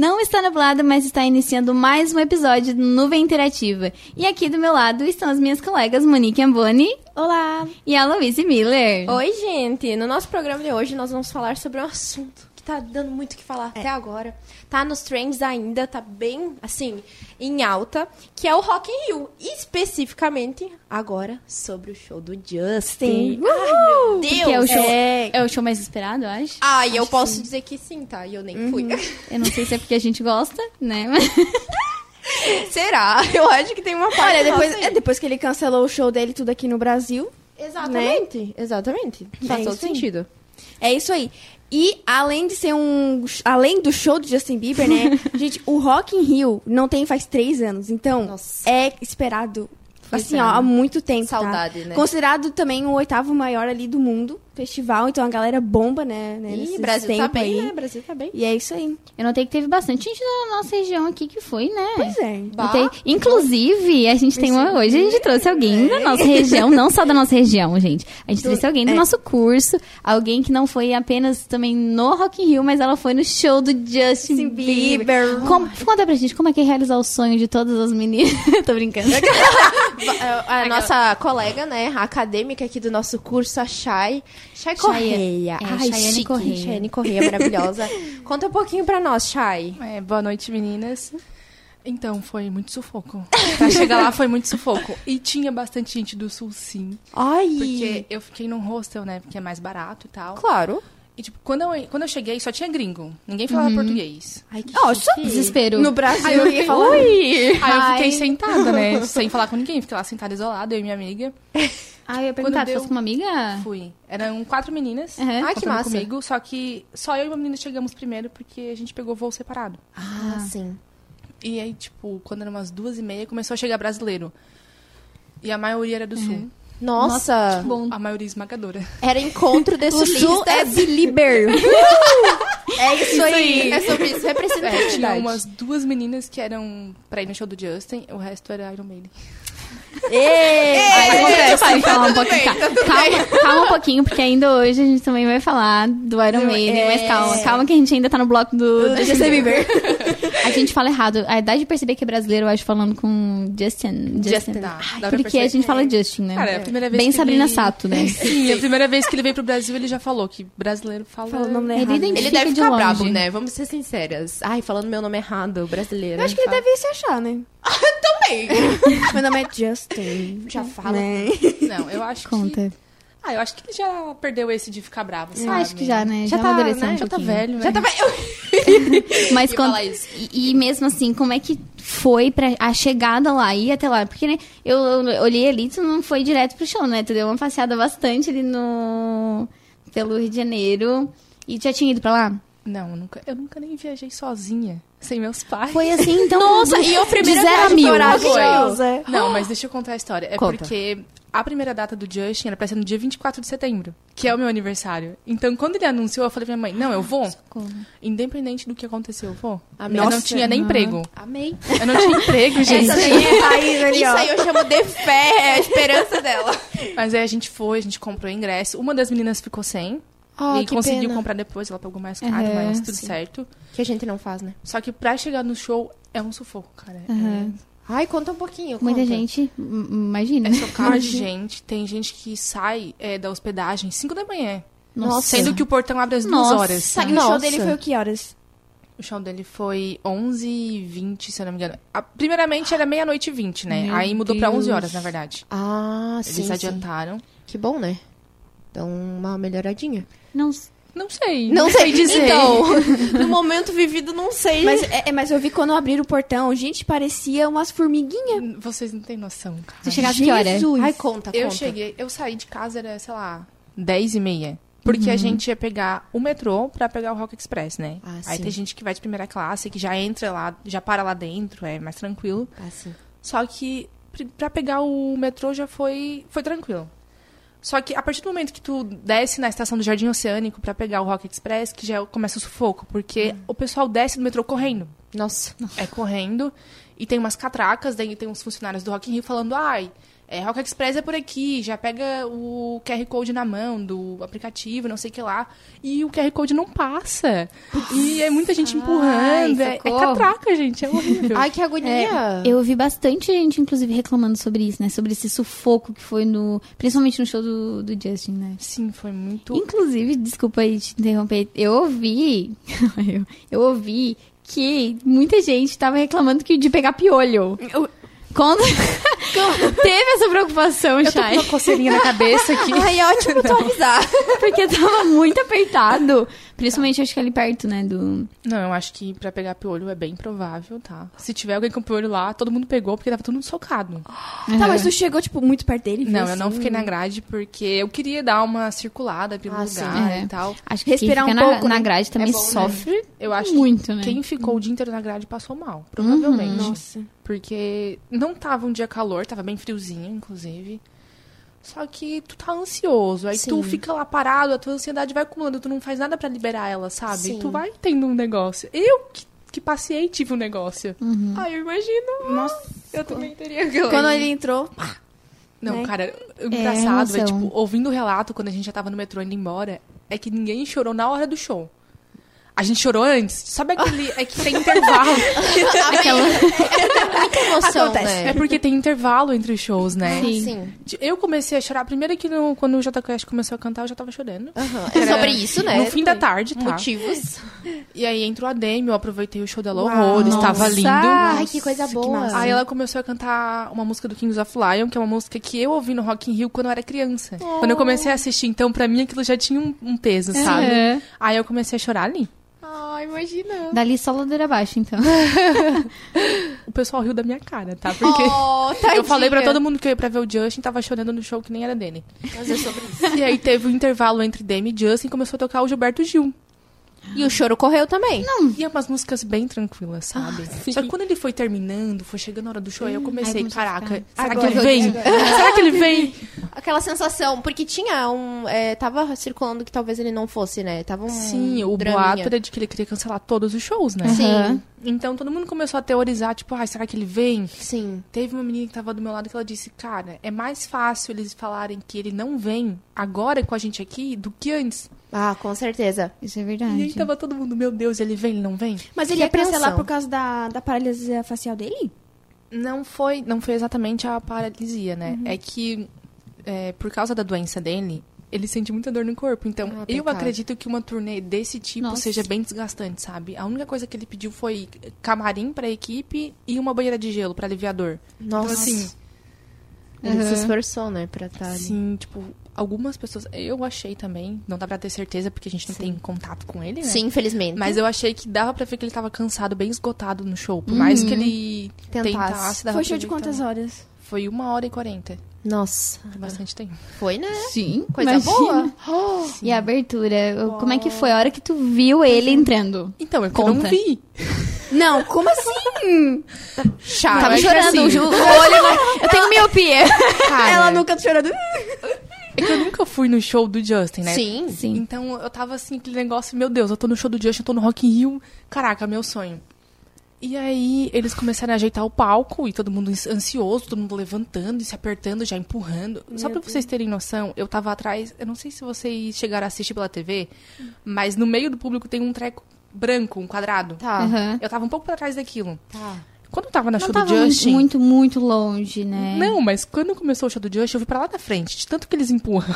não está nublado, mas está iniciando mais um episódio do Nuvem Interativa. E aqui do meu lado estão as minhas colegas Monique Amboni. Olá! E a Louise Miller. Oi, gente! No nosso programa de hoje nós vamos falar sobre um assunto que tá dando muito o que falar até agora. Tá nos trends ainda, tá bem, assim, em alta, que é o Rock in Rio. Especificamente, agora, sobre o show do Justin. Ai, meu Deus! Que é o show mais esperado, eu acho. Ai, eu posso dizer que sim, tá? E eu nem fui. Eu não sei se é porque a gente gosta, né? Será? Eu acho que tem uma parte. Olha, depois que ele cancelou o show dele tudo aqui no Brasil. Exatamente, exatamente. Faz todo sentido. É isso aí. E além de ser além do show do Justin Bieber, né? Gente, o Rock in Rio não tem faz 3 anos. Então, Nossa. é esperado, assim, ó, há muito tempo. Saudade, tá? né? Considerado também o 8º maior ali do mundo, festival. Então a galera bomba, né? Ih, Brasil tá bem, né? Brasil tá bem. E é isso aí. Eu notei que teve bastante gente na nossa região aqui que foi, né? Pois é. Inclusive, a gente tem hoje a gente trouxe alguém da nossa região, não só da nossa região, gente. A gente trouxe alguém do nosso curso, alguém que não foi apenas também no Rock in Rio, mas ela foi no show do Justin Bieber. Conta pra gente como é que é realizar o sonho de todas as meninas. Tô brincando. A nossa colega, né, a acadêmica aqui do nosso curso, a Chay Correia. Ai, Chayane chique. Correia. Chayane Correia, maravilhosa. Conta um pouquinho pra nós, Chay. Boa noite, meninas. Então, foi muito sufoco. Pra chegar lá foi muito sufoco. E tinha bastante gente do Sul, sim. Ai! Porque eu fiquei num hostel, né? Porque é mais barato e tal. Claro. E, tipo, quando eu cheguei, só tinha gringo. Ninguém falava português. Ai, que Nossa, chique. Desespero. No Brasil, Aí eu ninguém fiquei, fala. Aí eu fiquei sentada, né? Sem falar com ninguém. Fiquei lá sentada isolada, eu e minha amiga. Ah, eu ia perguntar, Quando tu fosse com uma amiga? Fui. Eram 4 meninas. Uhum. Ai, que contando massa. comigo. Só que só eu e uma menina chegamos primeiro porque a gente pegou voo separado. Ah, sim. E aí, tipo, quando eram umas 2h30, começou a chegar brasileiro. E a maioria era do Sul. Nossa, Bom. A maioria esmagadora. era encontro de O Sul sulistas. é Belieber. É isso aí. É sobre isso, Tinha representatividade. umas 2 meninas que eram pra ir no show do Justin, o resto era Iron Maiden. Calma um pouquinho, calma um pouquinho, porque ainda hoje a gente também vai falar do Iron Maiden, mas calma que a gente ainda tá no bloco do Justin Bieber. A gente fala errado. A idade de perceber que é brasileiro, eu acho, falando com Justin. Dá pra Porque perceber. a gente fala Justin, né? Cara, é a primeira vez Bem que Sabrina ele- Sato, né? Sim, a primeira vez que ele veio pro Brasil, ele já falou que brasileiro fala... Fala o nome Ele errado. identifica Ele deve de ficar longe. brabo, né? Vamos ser sinceras. Ai, falando meu nome errado, brasileiro. Eu acho que ele deve se achar, né? também. Meu nome é Justin. Já fala. Né? Não, eu acho que... Conta. Eu acho que ele já perdeu esse de ficar bravo, sabe? Eu acho que já, né? Já tá, amadureceu né? um Já tá pouquinho. velho, né? Já tava... Mas Ia quando... falar isso. E mesmo assim, como é que foi pra a chegada lá, ir até lá? Porque, né, eu olhei ali, tu não foi direto pro show, né? Tu deu uma passeada bastante ali pelo Rio de Janeiro. E tu já tinha ido pra lá? Não, eu nunca nem viajei sozinha, sem meus pais. Foi assim, então... Nossa, e a primeira de 0 a viagem 1000. Maravilhosa. Não, mas deixa eu contar a história. É Conta. porque a primeira data do Justin era pra ser no dia 24 de setembro, que é o meu aniversário. Então, quando ele anunciou, eu falei pra minha mãe, não, eu vou. Independente do que aconteceu, eu vou. Amei. Eu não Nossa. tinha nem emprego. Amei. Eu não tinha emprego, gente. Essa daí é Raiz ali, Isso ó. aí eu chamo de fé, é a esperança dela. Mas aí a gente foi, a gente comprou o ingresso. Uma das meninas ficou sem. E que conseguiu pena. comprar depois, ela pagou mais caro, Uhum, mas tudo sim. certo. Que a gente não faz, né? Só que pra chegar no show é um sufoco, cara. Ai, conta um pouquinho. Muita conta. gente, imagina. É chocado de gente. Tem gente que sai da hospedagem 5 da manhã. Nossa. Sendo que o portão abre às 2 Nossa. horas. E o show Nossa. dele foi o que horas? O show dele foi 11h20, se eu não me engano. Primeiramente era meia-noite e 20, né? Meu Aí mudou pra Deus. 11 horas, na verdade. Ah, Eles sim, sim. adiantaram. Que bom, né? Então, uma melhoradinha. Não sei. Não sei dizer. Então, no momento vivido, não sei. Mas eu vi quando abriram o portão, gente, parecia umas formiguinhas. Vocês não têm noção, cara. Você chegasse que hora? Ai, conta. Eu saí de casa, era, sei lá, 10h30. Porque a gente ia pegar o metrô pra pegar o Rock Express, né? Ah, Aí sim. tem gente que vai de primeira classe, que já entra lá, já para lá dentro, é mais tranquilo. Ah, sim. Só que pra pegar o metrô já foi tranquilo. Só que a partir do momento que tu desce na estação do Jardim Oceânico pra pegar o Rock Express, que já começa o sufoco, porque o pessoal desce do metrô correndo. Nossa. É correndo. E tem umas catracas, daí tem uns funcionários do Rock in Rio falando, Rock Express é por aqui, já pega o QR Code na mão do aplicativo, não sei o que lá. E o QR Code não passa. E é muita gente empurrando. É catraca, gente, é horrível. Ai, que agonia. Eu ouvi bastante gente, inclusive, reclamando sobre isso, né? Sobre esse sufoco que foi principalmente no show do Justin, né? Sim, foi muito... Inclusive, desculpa aí te interromper, eu ouvi que muita gente tava reclamando de pegar piolho. Quando teve essa preocupação, Eu tô com Chay. uma coceirinha na cabeça aqui. Ai, é ótimo tu avisar. Porque tava muito apertado. Principalmente, acho que ali perto, né, do... Não, eu acho que pra pegar piolho é bem provável, tá? Se tiver alguém com piolho lá, todo mundo pegou, porque tava todo mundo socado. Tá, mas tu chegou, tipo, muito perto dele? Não, viu, eu não assim? fiquei na grade, porque eu queria dar uma circulada pelo lugar sim. e tal. Acho que Respirar quem um fica pouco, na né? grade também bom, né? sofre Eu acho muito, que né? quem ficou o dia inteiro na grade passou mal, provavelmente. Nossa. Porque não tava um dia calor, tava bem friozinho, inclusive. Só que tu tá ansioso, aí tu Sim. fica lá parado, a tua ansiedade vai acumulando, tu não faz nada pra liberar ela, sabe? Sim. Tu vai tendo um negócio. Eu, que passei, tive um negócio. Ai, eu imagino. Nossa. Eu também teria aquilo. Quando ele entrou... Não, né? cara, o engraçado é, emoção. tipo, ouvindo o relato quando a gente já tava no metrô indo embora, é que ninguém chorou na hora do show. A gente chorou antes. Sabe aquele... É que tem intervalo. Muita emoção, Acontece. né? É porque tem intervalo entre os shows, né? Sim. Eu comecei a chorar. Primeiro que quando o Jota Quest começou a cantar, eu já tava chorando. Aham. É sobre isso, né? No fim da tarde, tá? Motivos. E aí entrou a Demi, eu aproveitei o show dela Uau. horrores, estava Nossa. lindo. Ai, que coisa que boa. massa. Aí ela começou a cantar uma música do Kings of Lion, que é uma música que eu ouvi no Rock in Rio quando eu era criança. Quando eu comecei a assistir, então, pra mim, aquilo já tinha um peso, sabe? Uhum. Aí eu comecei a chorar ali. Ai, imagina. Dali só ladeira abaixo, então. O pessoal riu da minha cara, tá? Porque Oh, tadinha. eu falei pra todo mundo que eu ia pra ver o Justin, tava chorando no show que nem era dele. Mas é sobre isso. E aí teve um intervalo entre Demi e Justin e começou a tocar o Gilberto Gil. E o choro correu também. E é umas músicas bem tranquilas, sabe? Só que quando ele foi terminando, foi chegando a hora do show, aí eu comecei, Aí começou a caraca, ficar. será Agora que ele eu vem? Será que ele vem? Aquela sensação, porque tinha tava circulando que talvez ele não fosse, né? Tava um Sim, o draminha. boato era de que ele queria cancelar todos os shows, né? Sim. Aham. Então todo mundo começou a teorizar, tipo, ai, será que ele vem? Sim. Teve uma menina que tava do meu lado que ela disse, cara, é mais fácil eles falarem que ele não vem agora com a gente aqui do que antes. Ah, com certeza. Isso é E aí verdade. tava todo mundo, meu Deus, ele vem, ele não vem? Mas ele Que ia cancelar apreensão. por causa da paralisia facial dele? Não foi exatamente a paralisia, né? É que, por causa da doença dele, ele sente muita dor no corpo. Então, Ah, eu pecado. acredito que uma turnê desse tipo Nossa. seja bem desgastante, sabe? A única coisa que ele pediu foi camarim pra equipe e uma banheira de gelo pra aliviar a dor. Nossa. Então, assim, Ele se esforçou, né, pra estar ali. assim, tipo, algumas pessoas... Eu achei também, não dá pra ter certeza porque a gente não tem contato com ele, né? Sim, infelizmente. Mas eu achei que dava pra ver que ele tava cansado, bem esgotado no show. Por mais que ele tentasse, dava Foi pra show de ver que quantas tava- horas? Foi 1h40. Nossa. Bastante tempo. Foi, né? Sim, Coisa imagina. boa. E a abertura, como é que foi a hora que tu viu ele entrando? Então, é que eu não Conta. vi. Não, como assim? Chato. Tava é que chorando, assim- o olho... Eu tenho miopia. Cara, Ela nunca chorando. é que eu nunca fui no show do Justin, né? Sim. Sim. Então, eu tava assim, aquele negócio, meu Deus, eu tô no show do Justin, eu tô no Rock in Rio. Caraca, meu sonho. E aí, eles começaram a ajeitar o palco, e todo mundo ansioso, todo mundo levantando e se apertando, já empurrando. Só pra vocês terem noção, eu tava atrás, eu não sei se vocês chegaram a assistir pela TV, mas no meio do público tem um treco branco, um quadrado. Tá. Aham. Eu tava um pouco pra trás daquilo. Tá. Quando eu tava na Não show tava do Justin... muito, muito longe, né? Não, mas quando começou o show do Justin, eu fui pra lá da frente, de tanto que eles empurram.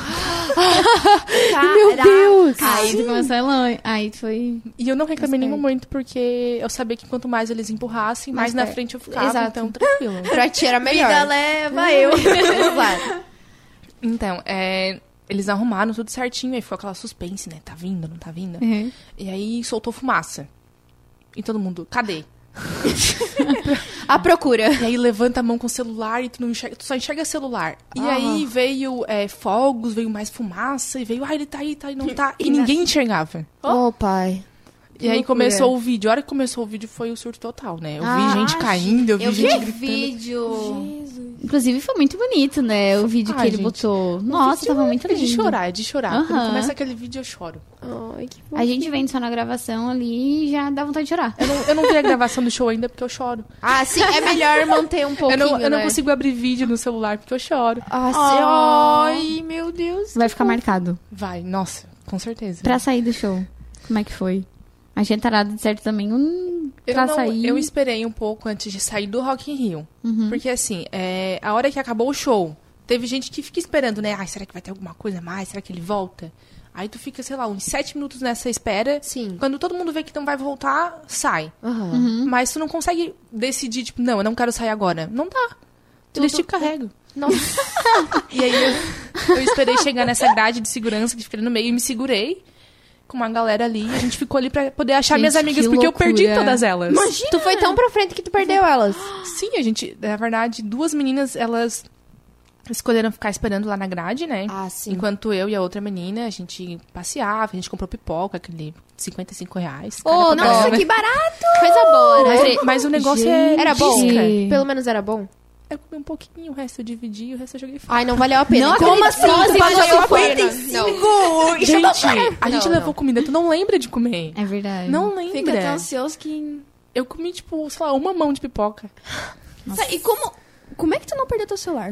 Meu Deus! Aí tu começou a ir longe. Aí foi... E eu não reclamei em Mas nenhum momento, porque eu sabia que quanto mais eles empurrassem, mais na perto. frente eu ficava, Exato. então tranquilo. Pra ti era Vida melhor. leva eu. Exato. Então, eles arrumaram tudo certinho, aí ficou aquela suspense, né? Tá vindo, não tá vindo? Uhum. E aí soltou fumaça. E todo mundo, cadê? A procura. E aí levanta a mão com o celular e tu não enxerga, tu só enxerga celular. E aí veio fogos, veio mais fumaça, e veio, ele tá aí, não tá. E ninguém enxergava. Ô, pai. E aí loucura. começou o vídeo. A hora que começou o vídeo foi o surto total, né? Eu vi gente caindo, eu vi gente gritando. vídeo. Inclusive, foi muito bonito, né? O vídeo que ele gente, botou. Nossa, tava muito É lindo. de chorar, é de chorar. Aham. Quando começa aquele vídeo, eu choro. Ai, que bom. A gente vendo só na gravação ali e já dá vontade de chorar. Eu não vi a gravação do show ainda porque eu choro. Ah, sim, é melhor manter um pouquinho, Eu não né? consigo abrir vídeo no celular porque eu choro. Ai, meu Deus. Vai ficar marcado. Vai, nossa, com certeza. Pra sair do show, como é que foi? A gente tá de certo também pra sair. Eu esperei um pouco antes de sair do Rock in Rio. Uhum. Porque assim, a hora que acabou o show, teve gente que fica esperando, né? Ai, será que vai ter alguma coisa a mais? Será que ele volta? Aí tu fica, sei lá, uns 7 minutos nessa espera. Sim. Quando todo mundo vê que não vai voltar, sai. Aham. Uhum. Mas tu não consegue decidir, tipo, não, eu não quero sair agora. Não dá. Eles te carregam. Nossa. E aí eu esperei chegar nessa grade de segurança que fica ali no meio e me segurei com uma galera ali. E a gente ficou ali pra poder achar Gente, minhas amigas, que porque eu perdi loucura. todas elas. Tu foi tão pra frente que tu perdeu elas. Sim, a gente, na verdade, 2 meninas, elas escolheram ficar esperando lá na grade, né? Ah, sim. Enquanto eu e a outra menina, a gente passeava, a gente comprou pipoca, aquele R$55. Oh, Cada nossa, pipoca. que barato! Coisa boa, né? Mas o negócio Gente. Era bom? Gente. Pelo menos era bom? Eu comi um pouquinho, o resto eu dividi, o resto eu joguei fora. Ai, não valeu a pena. Não Então, acredito. assim? Nossa, Tu pagou pagou 55! Gente, a gente Não, levou não. comida, tu não lembra de comer. É verdade. Não lembra. Fica tão ansioso que... Eu comi, tipo, sei lá, uma mão de pipoca. E como é que tu não perdeu teu celular?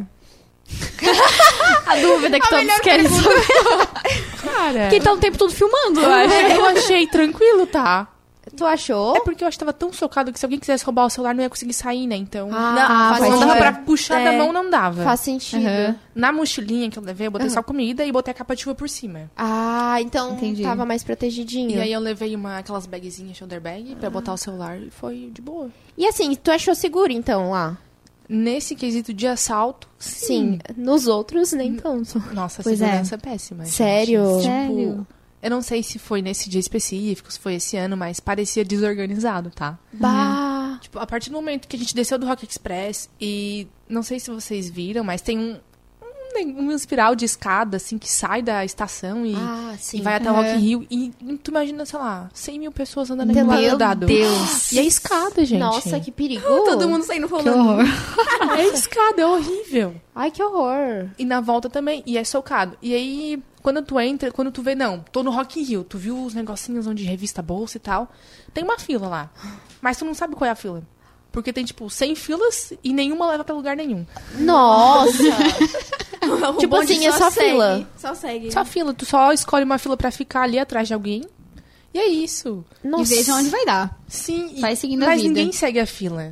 A dúvida que todos querem saber. Cara, Quem tá o tempo todo filmando, eu acho. eu achei tranquilo, tá? Tu achou? É porque eu acho que tava tão socado que se alguém quisesse roubar o celular, não ia conseguir sair, né? Então, Ah, faz não dava sentido. pra puxar da mão, não dava. Faz sentido. Uhum. Na mochilinha que eu levei, eu botei só comida e botei a capa de chuva por cima. Ah, então Entendi. tava mais protegidinho. E aí eu levei aquelas bagzinhas shoulder bag pra botar o celular e foi de boa. E assim, tu achou seguro, então, lá? Nesse quesito de assalto, Sim. Nos outros, nem tanto. nossa, a Pois é. segurança é péssima. gente. Sério? Sério? Eu não sei se foi nesse dia específico, se foi esse ano, mas parecia desorganizado, tá? Bah. Tipo, a partir do momento que a gente desceu do Rock Express e não sei se vocês viram, mas tem uma espiral de escada, assim, que sai da estação e, Ah, sim. e vai até o Rock in Rio. E tu imagina, sei lá, 100 mil pessoas andando naquele Meu lado. Deus. E é escada, gente. Nossa, que perigo. Todo mundo saindo Que rolando. horror. É escada, é horrível. Ai, que horror. E na volta também, e é socado. E aí, quando tu entra, quando tu vê, não, tô no Rock in Rio, tu viu os negocinhos onde revista bolsa e tal, tem uma fila lá. Mas tu não sabe qual é a fila. Porque tem, tipo, 100 filas e nenhuma leva pra lugar nenhum. Nossa. O Tipo bonde assim, é só segue, fila. Só segue. Só fila, tu só escolhe uma fila pra ficar ali atrás de alguém. E é isso. Nossa. E veja onde vai dar. Sim, Vai seguindo a mas vida. ninguém segue a fila.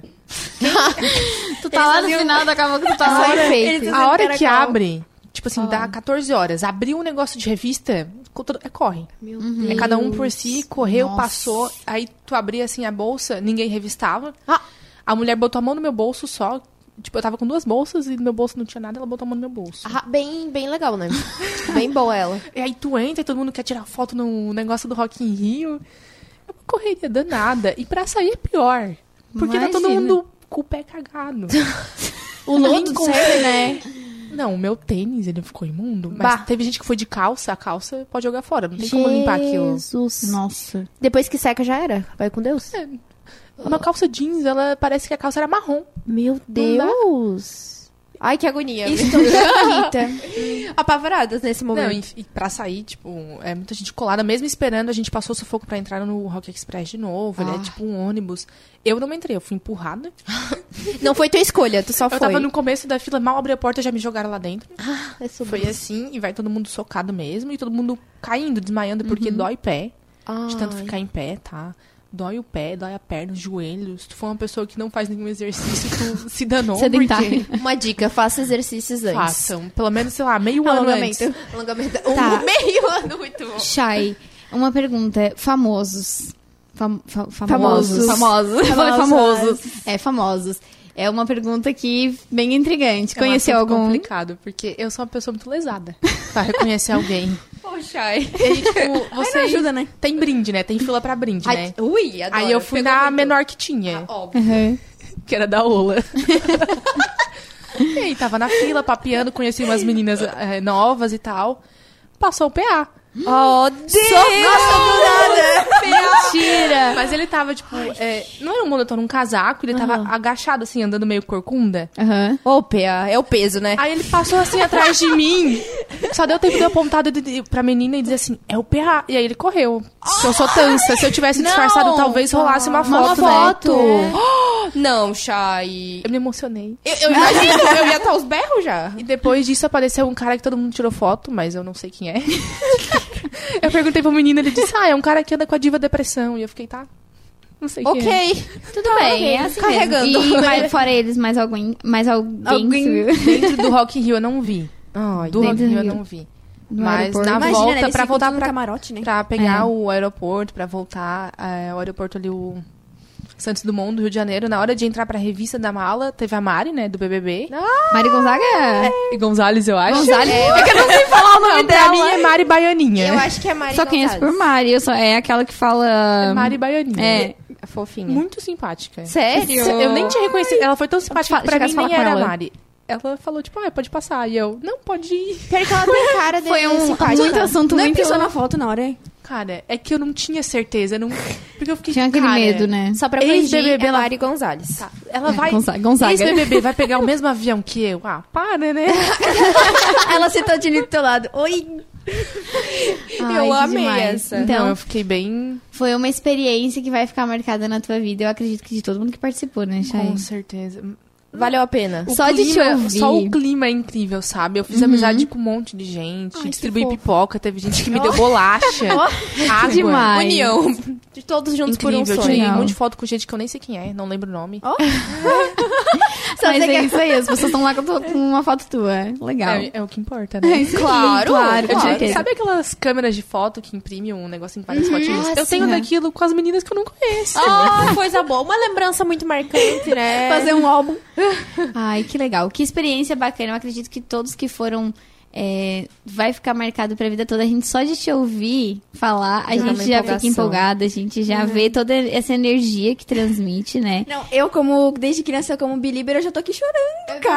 Tu tá lá no final, acabou que tu tá lá. Perfeito. A hora que caracol. abre, tipo assim, dá 14 horas, abriu um negócio de revista, corre. Meu É cada um por si, correu, Nossa. passou. Aí tu abria assim a bolsa, ninguém revistava. Ah. A mulher botou a mão no meu bolso só. Tipo, eu tava com 2 bolsas e no meu bolso não tinha nada, ela botou a mão no meu bolso. Ah, bem legal, né? Bem boa ela. E aí tu entra e todo mundo quer tirar foto no negócio do Rock in Rio. É uma correria danada. E pra sair é pior. Porque tá todo Imagina. mundo com o pé cagado. O lodo serve, né? Não, o meu tênis, ele ficou imundo. Mas Bah. teve gente que foi de calça, a calça pode jogar fora. Não tem como limpar aquilo. Jesus. Nossa. Depois que seca já era. Vai com Deus. Uma calça jeans, ela parece que a calça era marrom. Meu dá. Deus. Ai, que agonia. Estou Rita. Apavoradas nesse Não, momento. e pra sair, tipo, é muita gente colada. Mesmo esperando, a gente passou sufoco pra entrar no Rock Express de novo. Ele é tipo um ônibus. Eu não entrei, eu fui empurrada. Não foi tua escolha, tu só Eu foi. tava no começo da fila, mal abri a porta, já me jogaram lá dentro. É sobre Foi assim, e vai todo mundo socado mesmo. E todo mundo caindo, desmaiando, porque dói pé. De tanto ficar em pé, tá? Dói o pé, dói a perna, os joelhos. Se tu for uma pessoa que não faz nenhum exercício, tu se danou. Sedentário. Porque Uma dica, faça exercícios antes. façam. Pelo menos, sei lá, meio ano antes. Alongamento. Tá. Meio ano, muito bom. Shai, uma pergunta. Famosos. Famosos. Famosos. Famosos. Eu falei Famosos. famosos. É, famosos. É uma pergunta aqui bem intrigante. É um Conheceu assunto algum? complicado, porque eu sou uma pessoa muito lesada pra reconhecer alguém. Poxa. E aí, tipo, você ajuda, né? tem brinde, né? Tem fila pra brinde, né? Ui, adoro. Aí eu fui Pegou na muito. menor que tinha, Óbvio. Uhum. que era da Ola. E aí, tava na fila, papeando, conheci umas meninas novas e tal. Passou o PA. Oh, Deus! Nossa, do nada! Mentira! Mas ele tava, tipo, não era um moletom, um casaco, ele tava agachado, assim, andando meio corcunda. Aham. Ô, Pia, é o peso, né? Aí ele passou, assim, atrás de mim. Só deu tempo de eu apontar pra menina e dizer assim, é o PA. E aí ele correu. Porque eu sou tansa. Se eu tivesse disfarçado, talvez rolasse uma foto, né? Não, Chay. Eu me emocionei. Eu imagino, eu ia estar aos berros já. E depois disso apareceu um cara que todo mundo tirou foto, mas eu não sei quem é. Eu perguntei pro menino, ele disse, é um cara que anda com a Diva Depressão. E eu fiquei, tá, não sei quem é. Ok. Tudo bem, é assim Carregando. mesmo. E fora eles, mais alguém subiu. Dentro do Rock in Rio eu não vi. Ai, Do Rock in Rio eu Rio. não vi. No Mas aeroporto. na Imagina, volta, eles pra ficam voltar tudo no pra, camarote, né? pra pegar o aeroporto, pra voltar o aeroporto ali, o Santos Dumont, do Rio de Janeiro, na hora de entrar pra revista da mala, teve a Mari, né, do BBB. Mari Gonzaga? E Gonzalez, eu acho. Gonzalez? É que eu não sei falar o nome Não, pra dela. mim é Mari Baianinha. Eu acho que é Mari Só conheço por Gonzalez. Mari. É aquela que fala... É Mari Baianinha. É. Fofinha. Muito simpática. Sério? Eu nem tinha reconhecido. Ela foi tão simpática que pra Chegasse mim a nem falar era com a ela. Mari. Ela falou, tipo, pode passar. E eu, não, pode ir. Pior que ela tem cara de Foi simpática. muito assunto, Não muito... pensou na foto na hora, hein? Cara, é que eu não tinha certeza. Porque eu fiquei, Tinha aquele cara, medo, né? Só pra corrigir, Ex-BBB, é ela- Mari Gonzalez. Tá, ela vai... Gonzaga. Ex-BBB vai pegar o mesmo avião que eu? Para, né? Ela sentadinha do teu lado. Oi! Ai, Eu que amei demais. essa. Não, Então, eu fiquei bem... foi uma experiência que vai ficar marcada na tua vida. Eu acredito que de todo mundo que participou, né, Chay? Com certeza. Valeu a pena. Só de te ouvir. Só o clima é incrível, sabe? Eu fiz amizade com um monte de gente, Ai, que distribuí fofo. pipoca, teve gente que me deu bolacha, água. demais. União. De todos juntos por um Incrível, sonho. tirei um Legal. monte de foto com gente que eu nem sei quem é, não lembro o nome. Mas é isso aí, as pessoas estão lá com uma foto tua. Legal. É o que importa, né? Claro, Claro, com Eu tirei- certeza. sabe aquelas câmeras de foto que imprimem um negocinho com várias fotinhas? Eu sim, tenho né? daquilo com as meninas que eu não conheço. Ah, coisa boa. Uma lembrança muito marcante, né? Fazer um álbum. Ai, que legal. Que experiência bacana. Eu acredito que todos que foram... vai ficar marcado pra vida toda. A gente só de te ouvir falar, a Já gente uma já empolgação. fica empolgada, a gente já vê toda essa energia que transmite, né? Não, eu desde criança como Belieber, eu já tô aqui chorando, É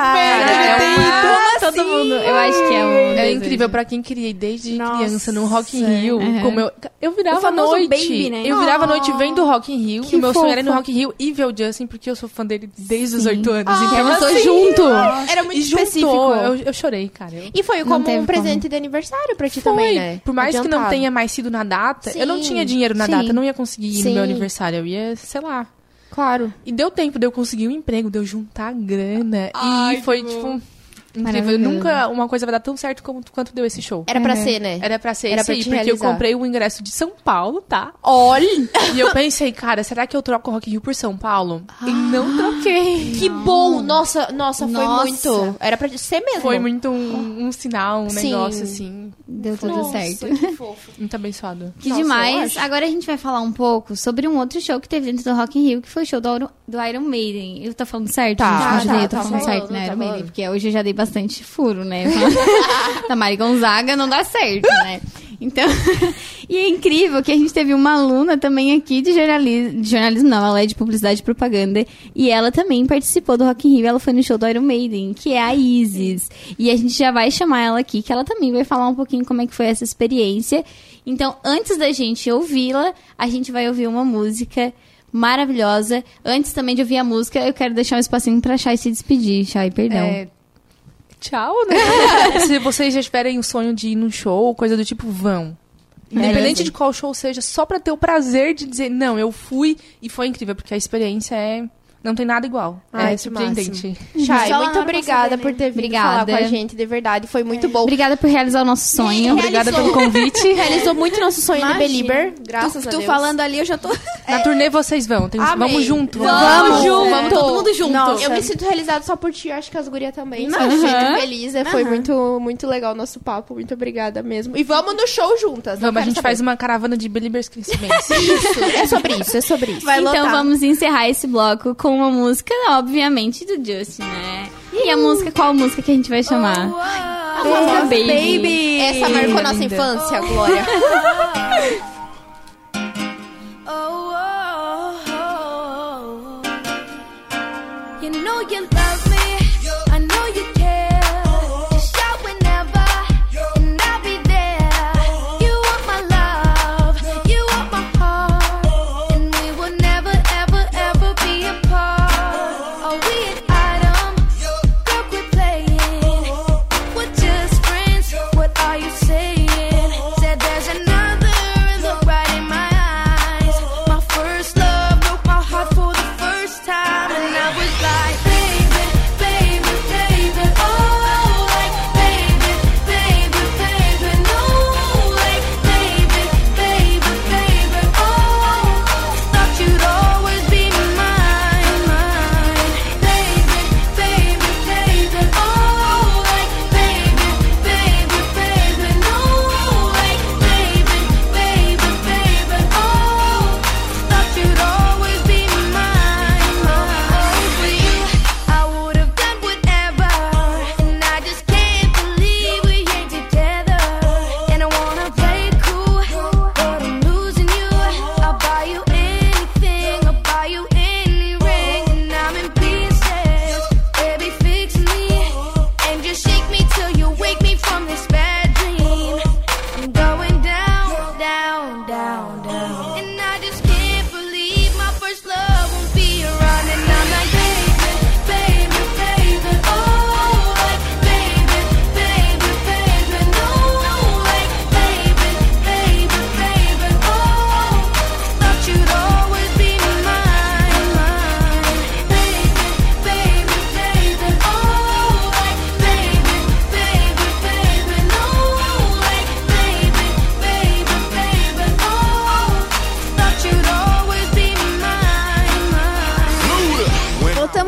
cara. todo mundo. Eu acho que é um É desejo. incrível pra quem queria ir desde Nossa. criança no Rock in Rio. Uhum. Como eu virava O famoso noite. baby, né? Eu virava noite vendo o Rock in Rio. Que E meu sonho era ir no fofo. Rock in Rio e ver o Justin, porque eu sou fã dele desde os Sim. 8 anos. Ah, Então, começou assim, junto. Era muito E específico. juntou. Eu chorei, cara. E foi Não como teve um presente de aniversário pra ti Foi. também, né? Por mais que não Adiantado. tenha mais sido na data, eu não Sim, tinha dinheiro na sim. data, eu não ia conseguir ir no Sim. meu aniversário. Eu ia, sei lá. Claro. E deu tempo de eu conseguir um emprego, de eu juntar grana. Ai, e foi, que tipo, incrível. Maravilhoso. Nunca uma coisa vai dar tão certo quanto deu esse show. Era pra ser, né? Era pra ser Era esse pra aí, te porque eu realizar. comprei o ingresso de São Paulo, tá? Olha! E eu pensei, cara, será que eu troco o Rock in Rio por São Paulo? E não troquei. Que bom! Nossa, foi Nossa. muito. Era pra ser mesmo. Foi muito um sinal, um Sim. negócio assim. Deu tudo Nossa, certo. que fofo. Muito abençoado. Que Nossa, eu demais. acho. Agora a gente vai falar um pouco sobre um outro show que teve dentro do Rock in Rio, que foi o show do Iron Maiden. Eu tô falando certo? Tá, gente? tá, Eu tô tá falando falando, certo, né? tá Iron Maiden, falando. porque hoje eu já dei bastante furo, né? Da Mari Gonzaga não dá certo, né? Então, e é incrível que a gente teve uma aluna também aqui de jornalismo não, ela é de publicidade e propaganda, e ela também participou do Rock in Rio, ela foi no show do Iron Maiden, que é a Isis, e a gente já vai chamar ela aqui, que ela também vai falar um pouquinho como é que foi essa experiência. Então, antes da gente ouvi-la, a gente vai ouvir uma música maravilhosa. Antes também de ouvir a música, eu quero deixar um espacinho pra Chay se despedir. Chay, perdão. Tchau, né? Se vocês já tiverem o sonho de ir num show, coisa do tipo, vão. Independente de qual show seja, só pra ter o prazer de dizer, não, eu fui e foi incrível, porque a experiência não tem nada igual. Ai, É que surpreendente. Chay, Só lá muito na obrigada nossa por ter vindo Obrigada. falar com a gente, de verdade. Foi muito bom. Obrigada por realizar o nosso sonho. Obrigada pelo convite. Realizou muito nosso sonho de Imagina. Belieber. Graças a Tu Deus. falando ali, eu já tô... Na turnê vocês vão. Amei. Vamos junto. Vamos junto. Vamos todo mundo junto. Nossa. Eu me sinto realizada só por ti, eu acho que as gurias também. Não. Só me sinto Aham. feliz. Foi muito, muito legal o nosso papo. Muito obrigada mesmo. E vamos no show juntas. Vamos, a gente faz uma caravana de Beliebers Crescimento. isso. É sobre isso, é sobre isso. Vai Então lotar. vamos encerrar esse bloco com uma música, obviamente, do Justin, né? E a música, qual música que a gente vai chamar? A música Baby. Baby. Essa marcou nossa linda. infância, Glória. You know you love me, I know you care. Just shout whenever, and I'll be there. You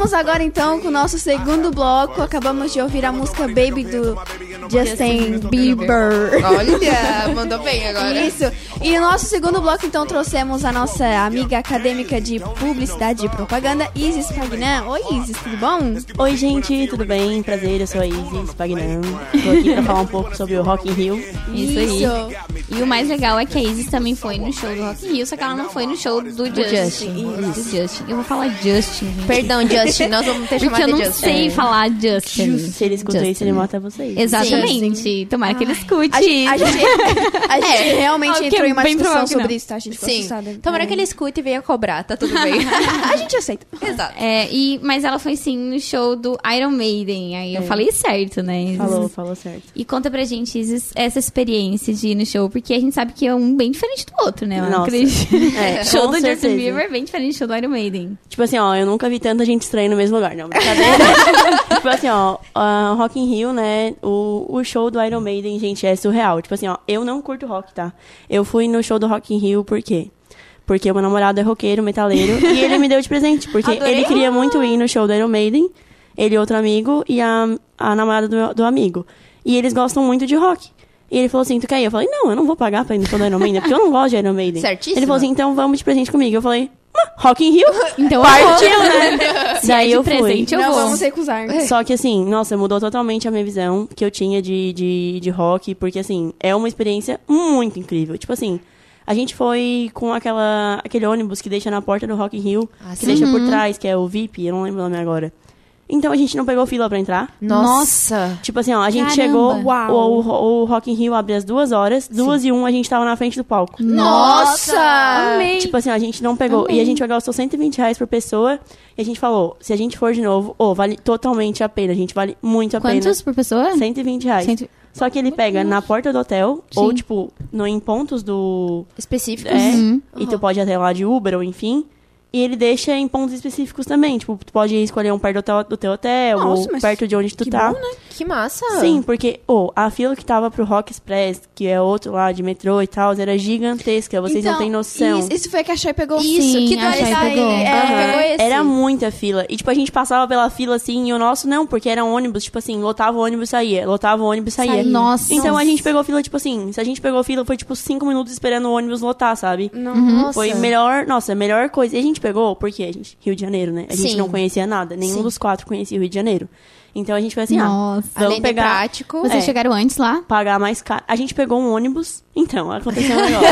Vamos agora então com o nosso segundo bloco. Acabamos de ouvir a música Baby do Justin Bieber. Olha, mandou bem agora. Isso. E no nosso segundo bloco, então, trouxemos a nossa amiga acadêmica de publicidade e propaganda, Isis Pagnan. Oi, Isis, tudo bom? Oi, gente, tudo bem? Prazer, eu sou a Isis Pagnan. Tô aqui pra falar um pouco sobre o Rock in Rio. Isso aí. E o mais legal é que a Isis também foi no show do Rock in Rio, só que ela não foi no show do Justin. Do Justin. Eu vou falar Justin, gente. Perdão, Justin, nós vamos ter Porque chamado eu de não Justin. sei falar Justin. Se ele escuta isso, ele mata vocês. Exatamente. Tomara que ele escute. A gente realmente Ok, entrou em uma bem discussão provável que sobre não. isso, tá? A gente ficou Sim. assustada. Tomara que ele escute e venha cobrar, tá tudo bem. A gente aceita. Exato. Mas ela foi sim no show do Iron Maiden. Aí eu falei certo, né? Isis? Falou certo. E conta pra gente, Isis, essa experiência de ir no show, porque a gente sabe que é um bem diferente do outro, né? Eu não Nossa. acredito. Show com do Justin certeza. Bieber é bem diferente do show do Iron Maiden. Tipo assim, ó, eu nunca vi tanta gente estranha no mesmo lugar, não, brincadeira. Tipo assim, ó, Rock in Rio, né, o show do Iron Maiden, gente, é surreal. Tipo assim, ó, eu não curto rock, tá? Eu fui no show do Rock in Rio, por quê? Porque o meu namorado é roqueiro, metaleiro, e ele me deu de presente, porque ele queria muito ir no show do Iron Maiden, ele e outro amigo, e a namorada do amigo. E eles gostam muito de rock. E ele falou assim, tu quer ir? Eu falei, não, eu não vou pagar pra ir no show do Iron Maiden, porque eu não gosto de Iron Maiden. Certíssimo. Ele falou assim, então vamos de presente comigo. Eu falei, Rock in Rio? Então Partiu, né? Daí eu fui. presente, eu Não vou. vamos recusar. Só que assim, nossa, mudou totalmente a minha visão que eu tinha de rock, porque assim, é uma experiência muito incrível. Tipo assim, a gente foi com aquele ônibus que deixa na porta do Rock in Rio, que deixa por trás, que é o VIP, eu não lembro o nome agora. Então a gente não pegou fila pra entrar. Nossa. Tipo assim, ó, a gente Caramba. chegou, Uau. o Rock in Rio abre às 2h, 2h01 a gente tava na frente do palco. Nossa! Amei. Tipo assim, a gente não pegou. E a gente gastou R$120 por pessoa. E a gente falou, se a gente for de novo, vale totalmente a pena, gente. Vale muito a Quantos por pessoa? pena. R$120. Cento- Só que ele pega na porta do hotel, ou Sim. tipo, em pontos do... Específicos. E tu pode ir até lá de Uber, ou enfim. E ele deixa em pontos específicos também. Tipo, tu pode escolher um perto do teu hotel, Nossa, ou mas perto de onde tu que tá. bom, né? Que massa. Sim, porque a fila que tava pro Rock Express, que é outro lá de metrô e tal, era gigantesca. Vocês não têm noção. Isso foi que a Chay pegou. Isso, Sim, que a Chay dualidade. pegou. Ela pegou esse. Era muita fila. E, tipo, a gente passava pela fila, assim, e o nosso não, porque era um ônibus, tipo assim, lotava o ônibus e saía. Lotava o ônibus e saía. Nossa. Então a gente pegou fila, tipo assim, se a gente pegou fila, foi, tipo, 5 minutos esperando o ônibus lotar, sabe? Nossa. Foi a melhor coisa. E a gente pegou, porque a gente, Rio de Janeiro, né? A gente Sim. não conhecia nada. Nenhum Sim. dos 4 conhecia o Rio de Janeiro. Então a gente foi assim, Nossa. vamos Além de pegar, prático. Vocês chegaram antes lá? pagar mais caro. A gente pegou um ônibus, então, aconteceu um negócio.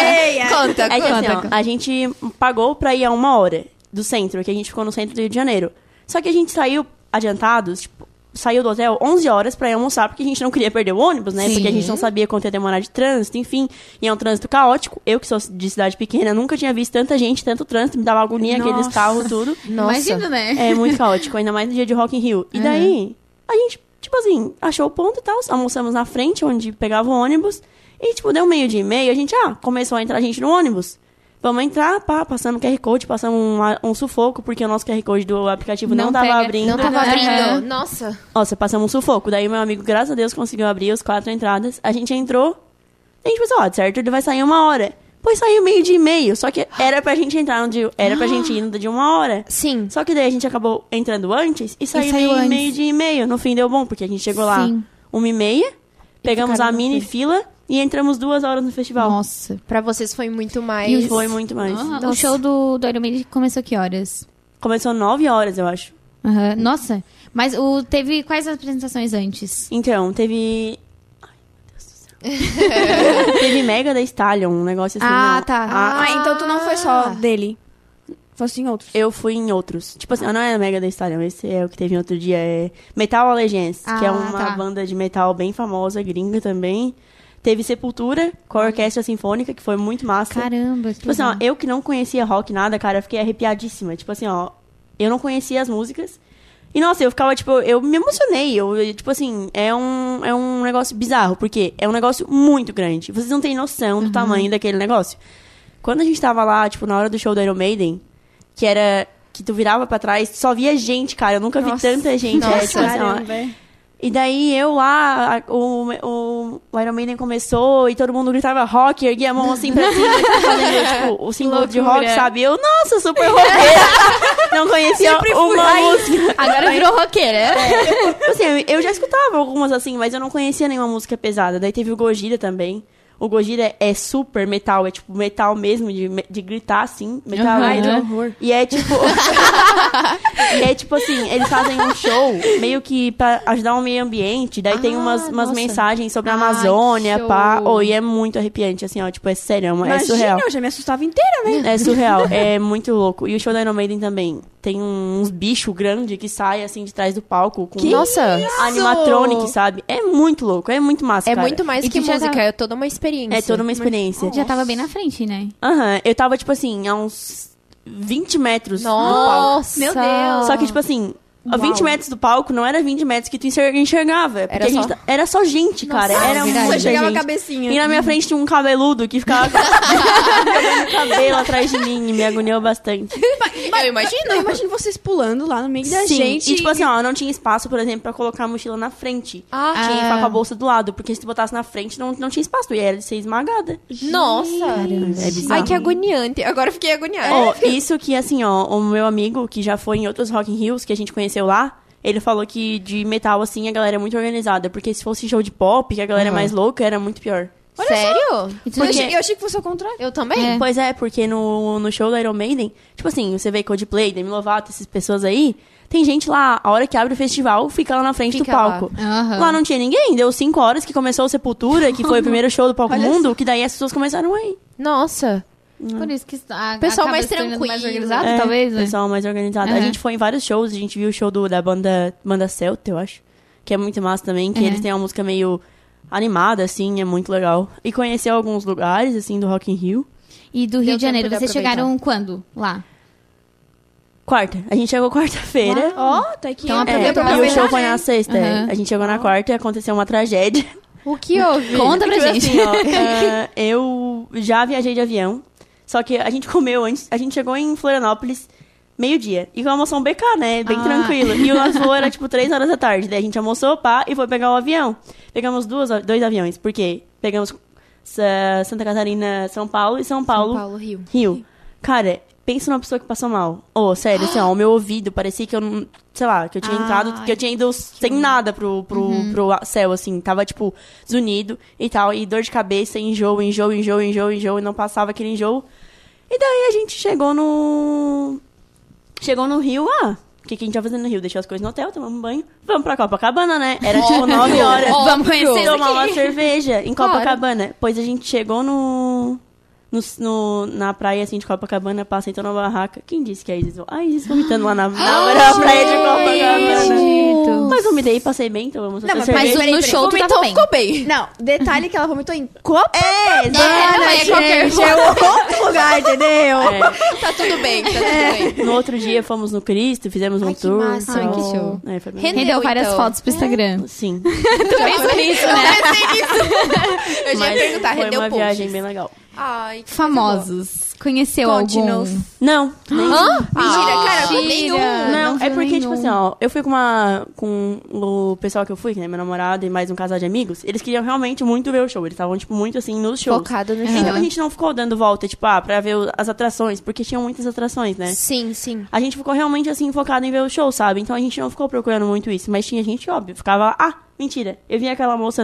Conta, É que assim, ó, conta. a gente pagou pra ir a 1 hora do centro, que a gente ficou no centro do Rio de Janeiro. Só que a gente saiu adiantados, tipo, saiu do hotel 11 horas pra ir almoçar, porque a gente não queria perder o ônibus, né? Sim. Porque a gente não sabia quanto ia demorar de trânsito, enfim. E é um trânsito caótico. Eu, que sou de cidade pequena, nunca tinha visto tanta gente, tanto trânsito, me dava agonia, aqueles carros, tudo. Nossa. Imagina, né? É muito caótico, ainda mais no dia de Rock in Rio. E daí, a gente, tipo assim, achou o ponto e tal, almoçamos na frente, onde pegava o ônibus, e, tipo, deu 12:30, a gente, começou a entrar gente no ônibus. Vamos entrar, passando QR Code, passamos um sufoco, porque o nosso QR Code do aplicativo não tava pega. abrindo. Não tava Aham. abrindo. Nossa. Nossa, passamos um sufoco. Daí meu amigo, graças a Deus, conseguiu abrir as 4 entradas. A gente entrou, a gente pensou, certo, ele vai sair 1 hora. Pois saiu 12:30, só que era pra gente entrar era pra gente ir no de 1 hora. Sim. Só que daí a gente acabou entrando antes e saiu saiu antes. 12:30. No fim deu bom, porque a gente chegou lá Sim. 1:30, pegamos ficaram a na mini fila. fila e entramos 2 horas no festival. Nossa. Pra vocês foi muito mais... E foi muito mais. O show do Iron Maiden começou que horas? Começou 9 horas, eu acho. Aham. Nossa. Mas teve quais apresentações antes? Então, teve... Ai, meu Deus do céu. Teve Mega da Stallion, um negócio assim. Ah, não. tá. Ah, então tu não foi só dele. Fosse em outros. Eu fui em outros. Tipo assim, não é Mega da Stallion, esse é o que teve em outro dia. É Metal Allegiance, que é uma tá. banda de metal bem famosa, gringa também. Teve Sepultura, com a orquestra sinfônica, que foi muito massa. Caramba. Tipo assim, ó, eu que não conhecia rock, nada, cara, eu fiquei arrepiadíssima. Tipo assim, ó, eu não conhecia as músicas. E, nossa, eu ficava, tipo, eu me emocionei. Tipo assim, é um negócio bizarro, porque é um negócio muito grande. Vocês não têm noção do tamanho daquele negócio. Quando a gente tava lá, tipo, na hora do show do Iron Maiden, que tu virava pra trás, só via gente, cara. Eu nunca vi tanta gente. Nossa, tipo assim, ó. E daí eu lá, o Iron Maiden começou e todo mundo gritava rock, erguia a mão assim pra cima, fazendo, tipo, o símbolo de rock, sabe? Eu, nossa, super roqueira! Não conhecia conhecia uma música. Agora virou roqueira. Assim, eu já escutava algumas assim, mas eu não conhecia nenhuma música pesada. Daí teve o Gojira também. O Gojira é super metal, é tipo metal mesmo, de gritar assim, metal. Ai, que horror. E é tipo... é tipo assim, eles fazem um show meio que pra ajudar o meio ambiente, daí tem umas mensagens sobre a Amazônia, pá. E é muito arrepiante, assim, ó, tipo, é sério, é surreal. Eu já me assustava inteira, né? É surreal, é muito louco. E o show da Iron Maiden também. Tem uns bichos grandes que saem, assim, de trás do palco. Com Nossa. animatronic, sabe? É muito louco, é muito massa, É cara. muito mais E que tu já música, tá- é toda uma experiência. É toda uma experiência. Já tava bem na frente, né? Aham, eu tava, tipo assim, a uns 20 metros do palco. Nossa. Meu Deus. Só que, tipo assim, a 20 metros do palco não era 20 metros que tu enxergava. Porque Era só- era só gente, cara. Era verdade. muita Só chegava a gente. cabecinha. E na minha frente tinha um cabeludo que ficava jogando cabelo atrás de mim e me agoniou bastante. Eu imagino. Eu imagino vocês pulando lá no meio da Sim, gente. e tipo assim, ó, não tinha espaço, por exemplo, pra colocar a mochila na frente. Ah, Tinha que ficar com a bolsa do lado, porque se tu botasse na frente, não tinha espaço. E era de ser esmagada. nossa. É bizarro. Ai, que agoniante. Agora eu fiquei agoniada. Ó, isso que, assim, ó, o meu amigo, que já foi em outros Rock in Rios, que a gente conheceu lá, ele falou que de metal, assim, a galera é muito organizada. Porque se fosse show de pop, que a galera é mais louca, era muito pior. Sério? Eu achei que fosse ao contrário. Eu também? Pois é, porque no show da Iron Maiden, tipo assim, você vê Coldplay, Demi Lovato, essas pessoas aí, tem gente lá, a hora que abre o festival, fica lá na frente Fica do palco. Aham. Lá não tinha ninguém, deu 5 horas que começou o Sepultura, que foi o primeiro show do Palco Mundo, que daí as pessoas começaram a ir. Nossa. Por isso que a Pessoal acaba mais se tornando mais tranquilo. organizado, talvez, né? Pessoal mais organizado. A Uhum. gente foi em vários shows, a gente viu o show da banda Celta, eu acho, que é muito massa também, que eles têm uma música meio animada, assim, é muito legal. E conheceu alguns lugares, assim, do Rock in Rio. E do Rio Deu de Janeiro, tempo de vocês chegaram quando lá? Quarta. A gente chegou quarta-feira. Ó, tá aqui. Então, É, Deu pra e o aproveitar, show foi na sexta. Uhum. A gente chegou na quarta e aconteceu uma tragédia. O que houve? Conta pra Tipo gente. assim, ó, eu já viajei de avião, só que a gente comeu antes, a gente chegou em Florianópolis meio-dia. E com a almoção BK, né? Bem tranquilo. E o nosso voo era, tipo, 3 horas da tarde. Daí a gente almoçou, pá, e foi pegar o avião. Pegamos dois aviões, porque pegamos Santa Catarina, São Paulo e São Paulo, Rio. Rio. Cara, pensa numa pessoa que passou mal. Sério, assim, ó, o meu ouvido parecia que eu não... Sei lá, que eu tinha entrado... Que eu tinha ido sem nada pro céu, assim. Tava, tipo, desunido e tal. E dor de cabeça, enjoo, e não passava aquele enjoo. E daí a gente chegou no Rio, o que a gente ia fazendo no Rio? Deixou as coisas no hotel, tomamos um banho. Vamos pra Copacabana, né? Era, tipo, 9 horas. Vamos conhecer isso Tomar aqui. uma cerveja em Copacabana. Pois a gente chegou na praia, assim, de Copacabana, passa então na barraca. Quem disse que a Isis... A Isis vomitando lá na praia de Copacabana. Mas vomitei e passei bem, então vamos Não, fazer mas cerveja. no show tu Vomitou, tava bem. ficou bem. Não, detalhe que ela vomitou em Copacabana, é qualquer gente. É outro lugar, entendeu? Tá tudo bem, tá tudo bem. No outro dia famos no Cristo, fizemos um Ai, que tour. massa. Ai, que show. Foi bem Rendeu, Rendeu várias então. fotos pro Instagram. Sim. Pensa nisso, né? Eu já ia perguntar, foi rendeu uma posts. viagem bem legal. Ai, que Famosos. Conheceu Conte-nos. algum? Não, nem Mentira, cara, mentira. Não, Não é viu porque, nenhum. tipo assim, ó, eu fui com o pessoal que eu fui, que é meu namorado e mais um casal de amigos, eles queriam realmente muito ver o show, eles estavam, tipo, muito, assim, nos shows. Focado no Então show. a gente não ficou dando volta, tipo, pra ver as atrações, porque tinham muitas atrações, né? Sim, sim. A gente ficou realmente, assim, focado em ver o show, sabe? Então a gente não ficou procurando muito isso, mas tinha gente, óbvio, ficava, mentira, eu vi aquela moça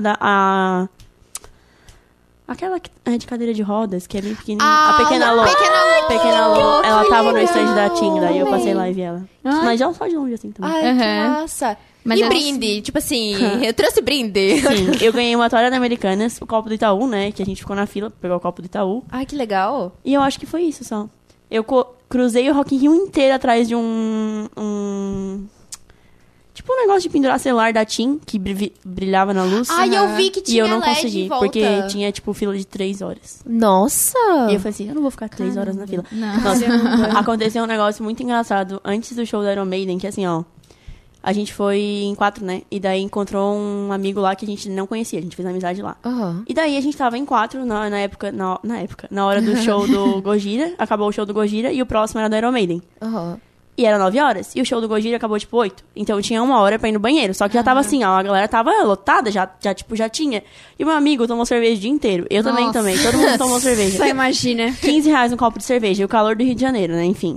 aquela que é de cadeira de rodas, que é bem pequenininha. A Pequena Lô. Pequena Lô. Ela tava no stand da TIM, daí eu passei lá e vi ela. Mas já só de longe, assim, também. Ai, que Uhum. massa. Mas e eu- brinde? Tipo assim, eu trouxe brinde. Sim, eu ganhei uma toalha da Americanas, o copo do Itaú, né? Que a gente ficou na fila pra pegar o copo do Itaú. Ai, que legal. E eu acho que foi isso só. Eu cruzei o Rock in Rio inteiro atrás de tipo um negócio de pendurar celular da TIM, que brilhava na luz. Ai, eu vi que E tinha eu não LED consegui, em volta. porque tinha, tipo, fila de 3 horas. Nossa. E eu falei assim, eu não vou ficar 3 horas na fila. Não. Nossa, aconteceu um negócio muito engraçado antes do show da Iron Maiden, que assim, ó, a gente foi em 4, né? E daí encontrou um amigo lá que a gente não conhecia, a gente fez amizade lá. Aham. E daí a gente tava em 4 na hora do show do Gojira, acabou o show do Gojira e o próximo era da Iron Maiden. Aham. E era 9 horas. E o show do Gojira acabou, tipo, 8. Então tinha 1 hora pra ir no banheiro. Só que já tava assim, ó. A galera tava lotada, já tinha. E o meu amigo tomou cerveja o dia inteiro. Eu também Nossa. tomei. Todo mundo tomou cerveja. Só imagina. R$15 um copo de cerveja. E o calor do Rio de Janeiro, né? Enfim.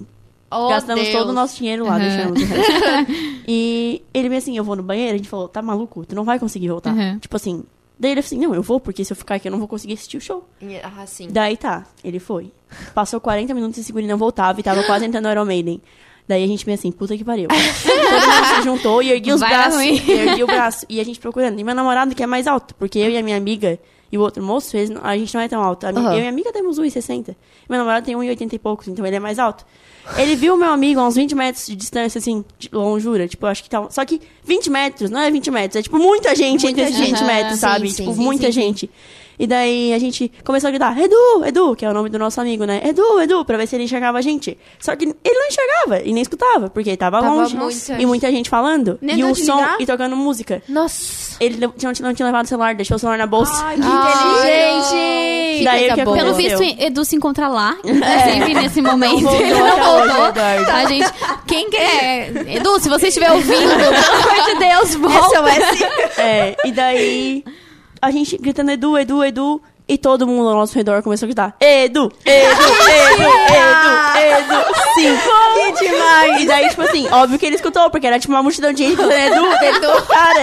Oh, Gastamos Deus. todo o nosso dinheiro lá, deixamos o resto. E ele veio assim, eu vou no banheiro, a gente falou, tá maluco? Tu não vai conseguir voltar. Tipo assim, daí ele falou assim, não, eu vou, porque se eu ficar aqui eu não vou conseguir assistir o show. Ah, sim. Daí tá, ele foi. Passou 40 minutos e esse guri não voltava e tava quase entrando no Iron Maiden. Daí a gente meio assim, puta que pariu. Todo mundo se juntou e ergui os Vai braços. ruim. Ergui o braço. E a gente procurando. E meu namorado que é mais alto, porque eu e a minha amiga e o outro moço, a gente não é tão alto. Eu e a minha amiga temos 1,60. Meu namorado tem 1,80 e poucos, então ele é mais alto. Ele viu o meu amigo a uns 20 metros de distância, assim, de longura. Tipo, eu acho que tá... Só que 20 metros, não é 20 metros. É, tipo, muita gente entre esses 20 metros, sabe? Sim, tipo, sim, muita gente. E daí a gente começou a gritar, Edu, Edu, que é o nome do nosso amigo, né? Edu, Edu, pra ver se ele enxergava a gente. Só que ele não enxergava e nem escutava, porque ele tava longe. muita E muita gente falando. Nem e o onde som ligar? e tocando música. Nossa. Ele não tinha levado o celular, deixou o celular na bolsa. Ai, que inteligente! Que Daí coisa o que boa. Pelo aconteceu? visto, Edu se encontra lá, inclusive, nesse momento. voltou Ele não até hoje, voltou. Eduardo. A gente... Quem quer... Edu, se você estiver ouvindo, pelo amor de Deus, volta. E daí a gente gritando Edu, Edu, Edu. E todo mundo ao nosso redor começou a gritar Edu, Edu, Edu, Edu, Edu. Sim. Que demais. E daí, tipo assim, óbvio que ele escutou, porque era tipo uma multidão de gente falando Edu, Edu. Cara,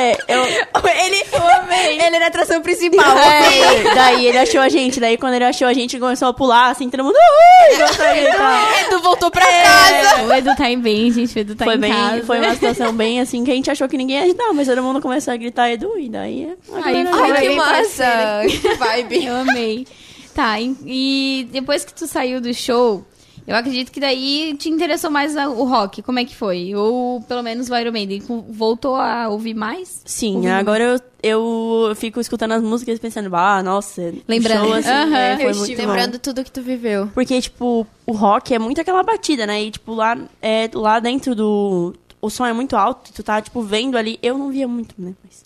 Ele era a atração principal. daí ele achou a gente. Daí quando ele achou a gente, começou a pular, assim, todo mundo começou a gritar. Edu voltou pra casa. O Edu tá bem, gente. O Edu tá Foi em bem, casa. foi uma situação bem assim, que a gente achou que ninguém ia ajudar, mas todo mundo começou a gritar Edu, e daí... Aí agora- foi. Ai, que bem massa. Que vibe. Eu amei. Tá, e depois que tu saiu do show, eu acredito que daí te interessou mais o rock. Como é que foi? Ou pelo menos o Iron Maiden voltou a ouvir mais? Sim, agora eu fico escutando as músicas pensando, nossa, Lembrando. o show, assim, Aham. foi Eu muito estive bom. lembrando tudo que tu viveu. Porque, tipo, o rock é muito aquela batida, né? E, tipo, lá dentro do... O som é muito alto, tu tá, tipo, vendo ali... Eu não via muito, né? Mas...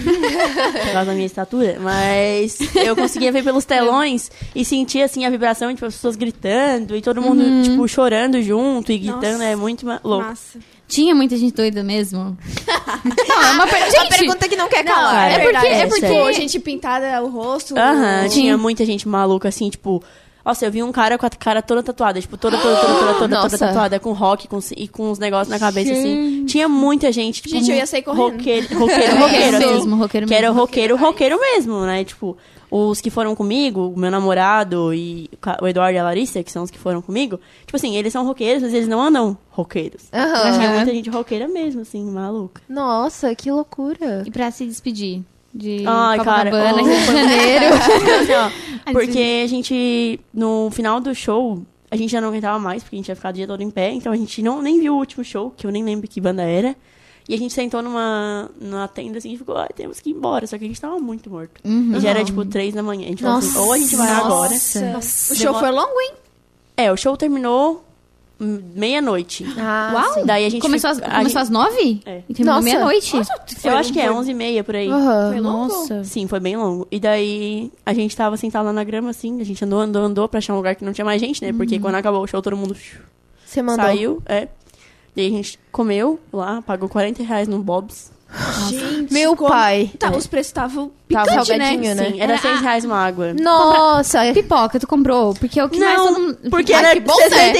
por causa da minha estatura. Mas eu conseguia ver pelos telões e sentir, assim, a vibração, tipo, as pessoas gritando e todo mundo, tipo, chorando junto e gritando. Nossa. É muito louco. Massa. Tinha muita gente doida mesmo? Não, é uma pergunta. Uma pergunta que não quer calar. cara, é porque- é porque- Tipo, gente pintada o rosto. Aham, Sim. tinha muita gente maluca, assim, tipo... Nossa, eu vi um cara com a cara toda tatuada, tipo, toda Nossa. tatuada, com rock e com uns negócios na cabeça, assim. Tinha muita gente, tipo... Gente, eu ia sair correndo. Roqueiro, assim. mesmo, roqueiro Que era mesmo. roqueiro mesmo, né? Tipo, os que foram comigo, o meu namorado e o Eduardo e a Larissa, que são os que foram comigo, tipo assim, eles são roqueiros, mas eles não andam roqueiros. Aham. Tinha muita gente roqueira mesmo, assim, maluca. Nossa, que loucura. E pra se despedir de Ai, cara, Copacabana, Rio de foi Janeiro. Assim, ó, porque a gente, no final do show, a gente já não aguentava mais, porque a gente ia ficar o dia todo em pé, então a gente nem viu o último show, que eu nem lembro que banda era. E a gente sentou numa tenda assim e ficou, temos que ir embora. Só que a gente tava muito morto. E já era tipo 3 da manhã. A gente falou assim, ou a gente vai agora. O show foi longo, hein? O show terminou meia-noite. Uau. Daí a gente Começou às 9? É. E terminou Nossa. meia-noite? Eu acho que é 11h30 por aí. Aham. Nossa. Sim, foi bem longo. E daí a gente tava sentado lá na grama, assim. A gente andou pra achar um lugar que não tinha mais gente, né? Porque quando acabou o show, todo mundo Você mandou. saiu. Daí a gente comeu lá, pagou R$40 no Bob's. Gente, Meu pai. Tá, os preços estavam Tava picantes, né? salgadinho, né? Sim, era R$6 uma água. Nossa. Pipoca, tu comprou? Porque é o que mais todo mundo... porque Ai, era que bom,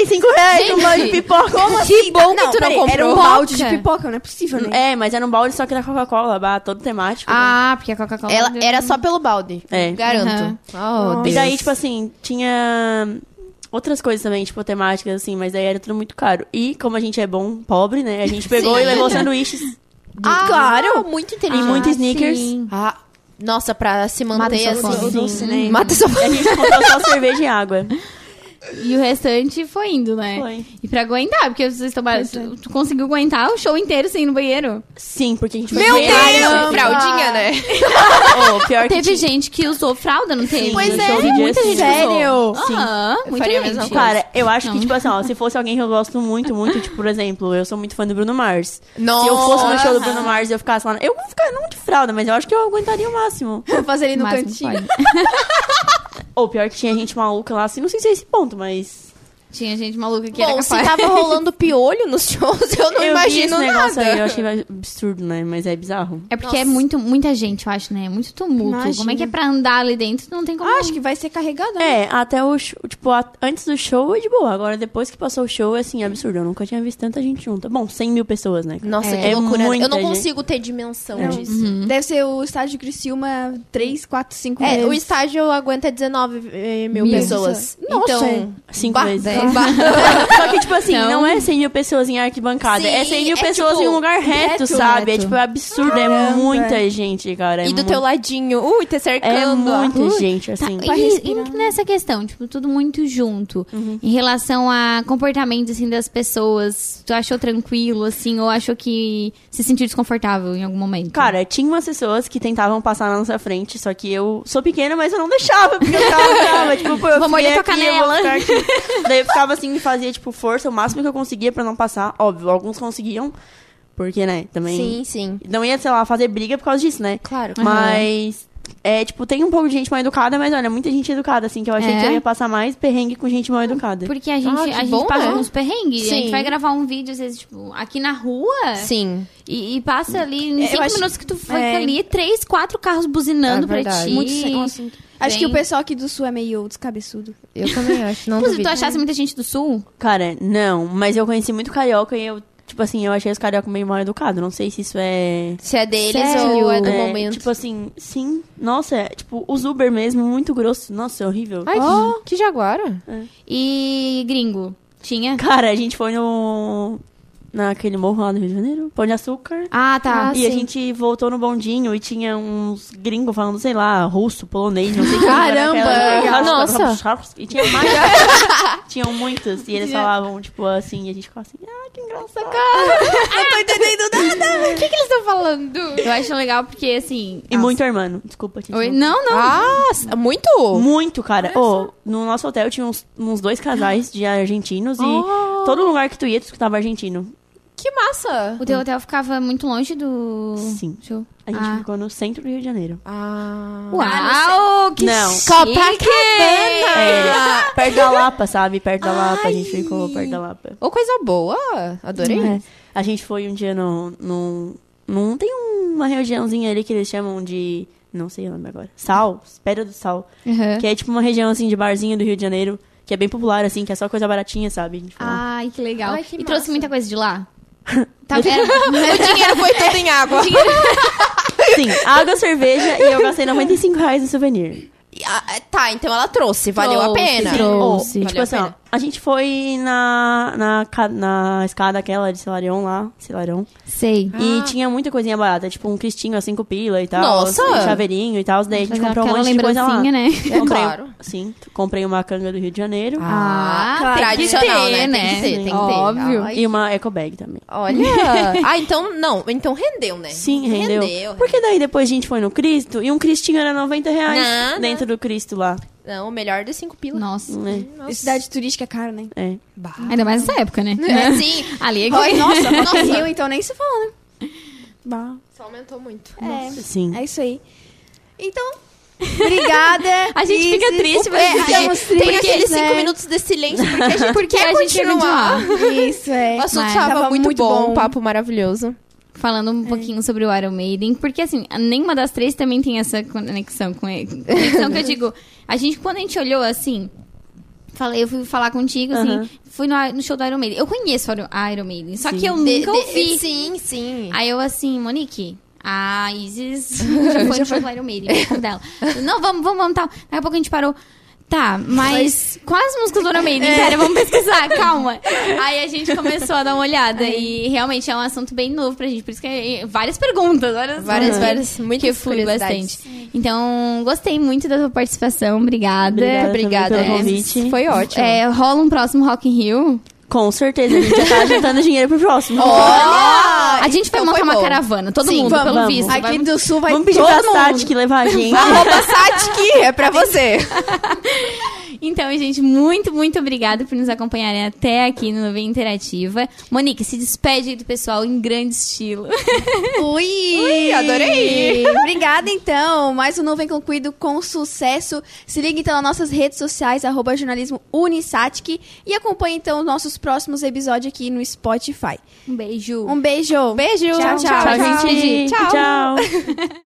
R$65 um balde de pipoca. Como assim? Que bom que tu não peraí, comprou. Era um balde de Pipoca. pipoca, não é possível, né? Mas era um balde só que da Coca-Cola, todo temático. né? Ah, porque a Coca-Cola... Ela deu- era só pelo balde. É. Garanto. Oh, E Deus. daí, tipo assim, tinha outras coisas também, tipo, temáticas, assim, mas daí era tudo muito caro. E como a gente é bom, pobre, né, a gente pegou Sim. e levou sanduíches Claro. Muito e inteligente. muito sneakers. sim. Ah, nossa, pra se manter sua assim. fome. Doce, né? Mata sua E a gente comprou só cerveja e água. E o restante foi indo, né? Foi. E pra aguentar, porque vocês tomaram... Tu conseguiu aguentar o show inteiro sem ir no banheiro? Sim, porque a gente foi Meu bem- Deus! Fraldinha, né? Pior que Teve tinha- gente que usou fralda, não teve? Pois No é, show de muita Justin. gente usou. Sim. Aham, muita faria a gente. mesma Cara, eu acho que, Não. tipo assim, ó, se fosse alguém que eu gosto muito, muito, tipo, por exemplo, eu sou muito fã do Bruno Mars. Nossa. Se eu fosse no show do Bruno Mars e eu ficasse lá... Eu vou ficar não de fralda, mas eu acho que eu aguentaria o máximo. Vou fazer ele no Máximo cantinho. pode. Ou pior que tinha gente maluca lá, assim, não sei se é esse ponto, mas... Tinha gente maluca que era Bom, se capaz. tava rolando piolho nos shows, eu não Eu vi esse imagino negócio nada. aí, eu achei absurdo, né? Mas é bizarro. É porque é muita gente, eu acho, né? É muito tumulto. Imagina. Como é que é pra andar ali dentro? Não tem como. Acho que vai ser carregado, né? É, até o show, tipo, antes do show é de boa. Agora, depois que passou o show, é assim, absurdo. Eu nunca tinha visto tanta gente junta. Bom, 100 mil pessoas, né? Nossa, É que loucura. muita Eu não gente. consigo ter dimensão É. disso. Deve ser o estádio de Criciúma 3, 4, 5 É, vezes. o estádio aguenta 19 mil Mil pessoas. Nossa, Então, 5 vezes. bah. Só que, tipo assim, Então- não é 100 mil pessoas em arquibancada. Sim, é 100 mil é pessoas tipo, em um lugar reto, sabe? É reto. tipo, é absurdo. É Caramba. muita gente, cara. E do teu ladinho, te cercando. É muita Ui. gente, assim. Tá, e nessa questão, tipo, tudo muito junto. Em relação a comportamento, assim, das pessoas, tu achou tranquilo, assim, ou achou que se sentiu desconfortável em algum momento? Cara, tinha umas pessoas que tentavam passar na nossa frente, só que eu sou pequena, mas eu não deixava, porque eu ficava, tipo, pô, eu Vou morder fiquei tua aqui, eu vou canela. ficar aqui. Daí eu ficava assim, e fazia, tipo, força, o máximo que eu conseguia pra não passar. Óbvio, alguns conseguiam, porque, né, também... Sim, sim. Não ia, sei lá, fazer briga por causa disso, né? Claro. Mas, tipo, tem um pouco de gente mal educada, mas olha, muita gente educada, assim, que eu achei É? que eu ia passar mais perrengue com gente mal educada. Porque a gente, Ah, que a gente bom, passa né? uns perrengues. A gente Sim. vai gravar um vídeo, às vezes, tipo, aqui na rua. Sim. E passa ali, em Eu 5 acho- minutos que tu fica é. ali, 3, 4 carros buzinando É pra verdade. ti. Muito sem um assunto. Acho Bem- que o pessoal aqui do Sul é meio descabeçudo. Eu também acho, não Inclusive, duvido. tu achasse muita gente do Sul? Cara, não, mas eu conheci muito carioca e eu, tipo assim, eu achei os carioca meio mal educados. Não sei se isso é... Se é deles Sério? ou é do É, momento. tipo assim, sim. Nossa, tipo, os Uber mesmo, muito grosso. Nossa, é horrível. Ai, que jaguara. E gringo? Tinha? Cara, a gente foi naquele morro lá do Rio de Janeiro, Pão de Açúcar. Ah, tá. E a gente voltou no bondinho e tinha uns gringos falando, sei lá, russo, polonês, não sei o que. Caramba! Nossa. E tinha mais. Tinham muitos. E eles falavam, tipo, assim, e a gente ficava assim, ah, que engraçado. Não tô entendendo nada. O que eles estão falando? Eu acho legal porque, assim... E muito hermano. Desculpa, te Oi? interromper. Não. Ah, muito? Muito, cara. No nosso hotel tinha uns 2 casais de argentinos e todo lugar que tu ia, tu escutava argentino. Que massa. O teu hotel ficava muito longe do... Sim. show? A gente ficou no centro do Rio de Janeiro. Ah. Uau, que Não. chique! É, perto da Lapa, sabe? Perto da Lapa. A gente ficou perto da Lapa. Ô, coisa boa. Adorei. É. A gente foi um dia tem uma regiãozinha ali que eles chamam de... Não sei o nome agora. Sal. Pedra do Sal. Uhum. Que é tipo uma região, assim, de barzinho do Rio de Janeiro. Que é bem popular, assim. Que é só coisa baratinha, sabe? A gente foi lá. Ai, que legal. Ai, que e trouxe massa. muita coisa de lá? Tá O dinheiro foi todo em água. Sim, água, cerveja e eu gastei R$95 no souvenir. Tá, então ela trouxe. Valeu a pena. Trouxe. Valeu Tipo assim, a ó, pena. a gente foi na escada aquela de Celarion lá, Celarion, Sei. e tinha muita coisinha barata, tipo um cristinho a 5 pila e tal, Nossa! e chaveirinho e tal, daí a gente Fazer comprou um aquela monte de coisa lá. lembrancinha, né? É Comprei, claro. Sim, comprei uma canga do Rio de Janeiro Ah, tradicional, tem que ter, né? né? Tem que ter, tem que ter. Óbvio. Ai, e uma eco bag também. olha. Então rendeu, né? Sim, rendeu. Porque daí depois a gente foi no Cristo e um cristinho era R$90 Não, dentro do Cristo lá. Não, o melhor dos 5 pilas. Nossa. É, Cidade turística é cara, né? é. Ainda mais nessa época, né? É, sim. Ali é Ai, que... nossa, Rock in Rio, então nem se fala, né? Bah. Só aumentou muito. Sim. É isso aí. Então, obrigada. A gente Isis. fica triste, mas ficamos Tem tristes, aqueles né? 5 minutos de silêncio porque a gente Porque quer a gente quer continuar. Isso, é. O assunto Mas tava muito bom, um papo maravilhoso. Falando um pouquinho sobre o Iron Maiden, porque assim, nenhuma das três também tem essa conexão com ele. Conexão que eu digo, quando a gente olhou assim, eu fui falar contigo, assim, fui no show do Iron Maiden. Eu conheço a Iron Maiden, só que eu nunca ouvi. Sim, sim. Aí eu assim, Monique, a Isis já foi no show do Iron Maiden, vou convidar ela. Não, vamos, tal. Daqui a pouco a gente parou. Tá, mas quais músicas do Iron Maiden? Pera, vamos pesquisar, calma. Aí a gente começou a dar uma olhada e realmente é um assunto bem novo pra gente, por isso que é várias perguntas, Várias, muitas que eu fui curiosidades. bastante. Então, gostei muito da tua participação, obrigada. Obrigada, também pelo convite. Foi ótimo. Rola um próximo Rock in Rio? Com certeza, a gente já tá juntando dinheiro pro próximo. Olha! A gente vai Então montar foi uma bom. caravana, todo Sim, mundo, vamos, pelo vamos. visto. Aqui do Sul vai Vamos pedir todo pra mundo. Satic levar a gente. @Satic é pra você. Então, gente, muito, muito obrigada por nos acompanharem até aqui no Nuvem Interativa. Monique, se despede aí do pessoal em grande estilo. Ui, adorei. Obrigada, então. Mais um Nuvem Concluído com sucesso. Se liga, então, nas nossas redes sociais, @jornalismounissatic. E acompanhe, então, os nossos próximos episódios aqui no Spotify. Um beijo. Um beijo. Beijo. Tchau, tchau. Tchau, gente. Tchau.